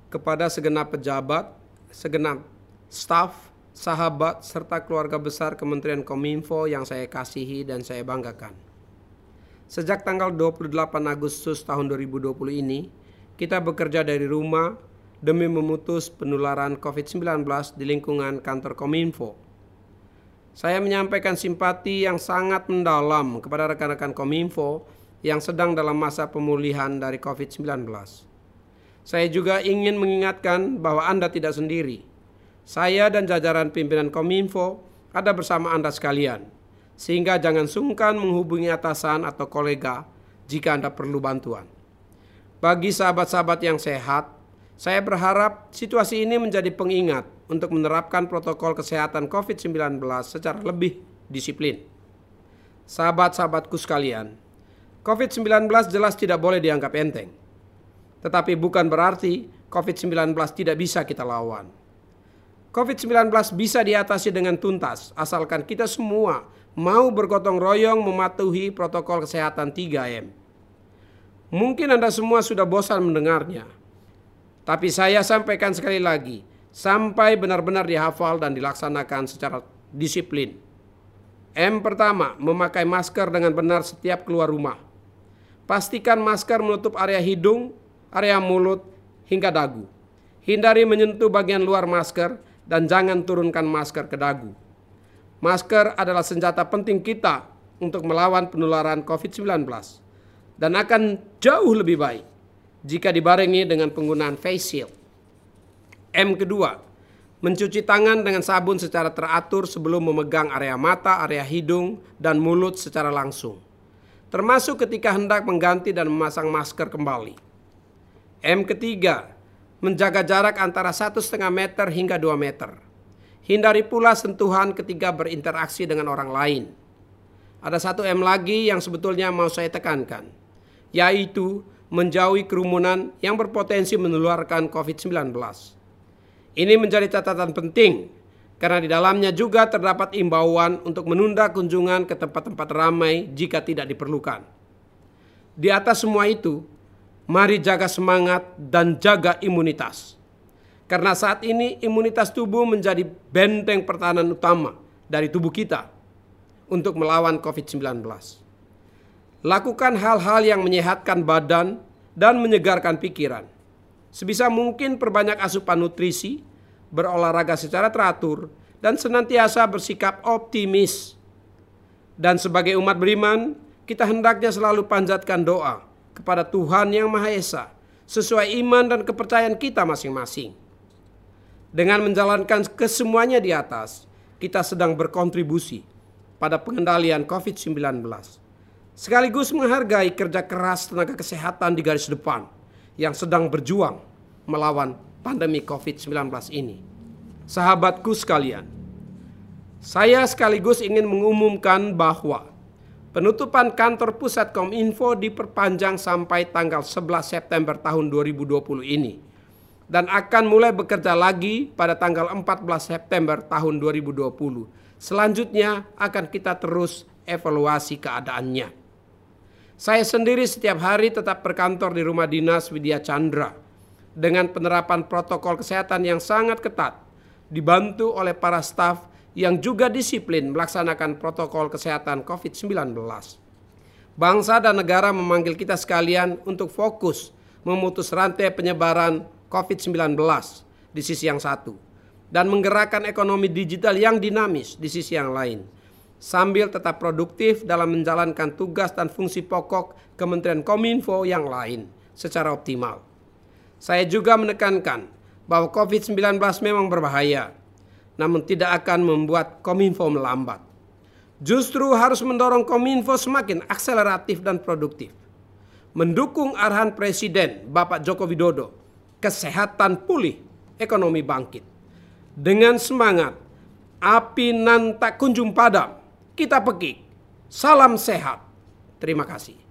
kepada segenap pejabat, segenap staf, sahabat, serta keluarga besar Kementerian Kominfo yang saya kasihi dan saya banggakan. Sejak tanggal 28 Agustus tahun 2020 ini, kita bekerja dari rumah demi memutus penularan COVID-19 di lingkungan kantor Kominfo. Saya menyampaikan simpati yang sangat mendalam kepada rekan-rekan Kominfo yang sedang dalam masa pemulihan dari COVID-19. Saya juga ingin mengingatkan bahwa Anda tidak sendiri. Saya dan jajaran pimpinan Kominfo ada bersama Anda sekalian, sehingga jangan sungkan menghubungi atasan atau kolega jika Anda perlu bantuan. Bagi sahabat-sahabat yang sehat, saya berharap situasi ini menjadi pengingat untuk menerapkan protokol kesehatan COVID-19 secara lebih disiplin. Sahabat-sahabatku sekalian, COVID-19 jelas tidak boleh dianggap enteng. Tetapi bukan berarti COVID-19 tidak bisa kita lawan. COVID-19 bisa diatasi dengan tuntas asalkan kita semua mau bergotong royong mematuhi protokol kesehatan 3M. Mungkin Anda semua sudah bosan mendengarnya. Tapi saya sampaikan sekali lagi, sampai benar-benar dihafal dan dilaksanakan secara disiplin. M pertama, memakai masker dengan benar setiap keluar rumah. Pastikan masker menutup area hidung, area mulut, hingga dagu. Hindari menyentuh bagian luar masker dan jangan turunkan masker ke dagu. Masker adalah senjata penting kita untuk melawan penularan COVID-19 dan akan jauh lebih baik jika dibarengi dengan penggunaan face shield. M kedua, mencuci tangan dengan sabun secara teratur sebelum memegang area mata, area hidung, dan mulut secara langsung, termasuk ketika hendak mengganti dan memasang masker kembali. M ketiga, menjaga jarak antara 1,5 meter hingga 2 meter. Hindari pula sentuhan ketika berinteraksi dengan orang lain. Ada satu M lagi yang sebetulnya mau saya tekankan, yaitu menjauhi kerumunan yang berpotensi menularkan COVID-19. Ini menjadi catatan penting karena di dalamnya juga terdapat imbauan untuk menunda kunjungan ke tempat-tempat ramai jika tidak diperlukan. Di atas semua itu, mari jaga semangat dan jaga imunitas. Karena saat ini imunitas tubuh menjadi benteng pertahanan utama dari tubuh kita untuk melawan COVID-19. Lakukan hal-hal yang menyehatkan badan dan menyegarkan pikiran. Sebisa mungkin perbanyak asupan nutrisi, berolahraga secara teratur, dan senantiasa bersikap optimis. Dan sebagai umat beriman, kita hendaknya selalu panjatkan doa kepada Tuhan Yang Maha Esa sesuai iman dan kepercayaan kita masing-masing. Dengan menjalankan kesemuanya di atas, kita sedang berkontribusi pada pengendalian COVID-19. Sekaligus menghargai kerja keras tenaga kesehatan di garis depan yang sedang berjuang melawan pandemi COVID-19 ini. Sahabatku sekalian, saya sekaligus ingin mengumumkan bahwa penutupan kantor pusat Kominfo diperpanjang sampai tanggal 11 September tahun 2020 ini dan akan mulai bekerja lagi pada tanggal 14 September tahun 2020. Selanjutnya akan kita terus evaluasi keadaannya. Saya sendiri setiap hari tetap berkantor di rumah dinas Widya Chandra dengan penerapan protokol kesehatan yang sangat ketat, dibantu oleh para staf yang juga disiplin melaksanakan protokol kesehatan COVID-19. Bangsa dan negara memanggil kita sekalian untuk fokus memutus rantai penyebaran COVID-19 di sisi yang satu dan menggerakkan ekonomi digital yang dinamis di sisi yang lain, sambil tetap produktif dalam menjalankan tugas dan fungsi pokok Kementerian Kominfo yang lain secara optimal. Saya juga menekankan bahwa COVID-19 memang berbahaya, namun tidak akan membuat Kominfo melambat. Justru harus mendorong Kominfo semakin akseleratif dan produktif. Mendukung arahan Presiden Bapak Joko Widodo, kesehatan pulih, ekonomi bangkit. Dengan semangat, api nan tak kunjung padam, kita pekik. Salam sehat. Terima kasih.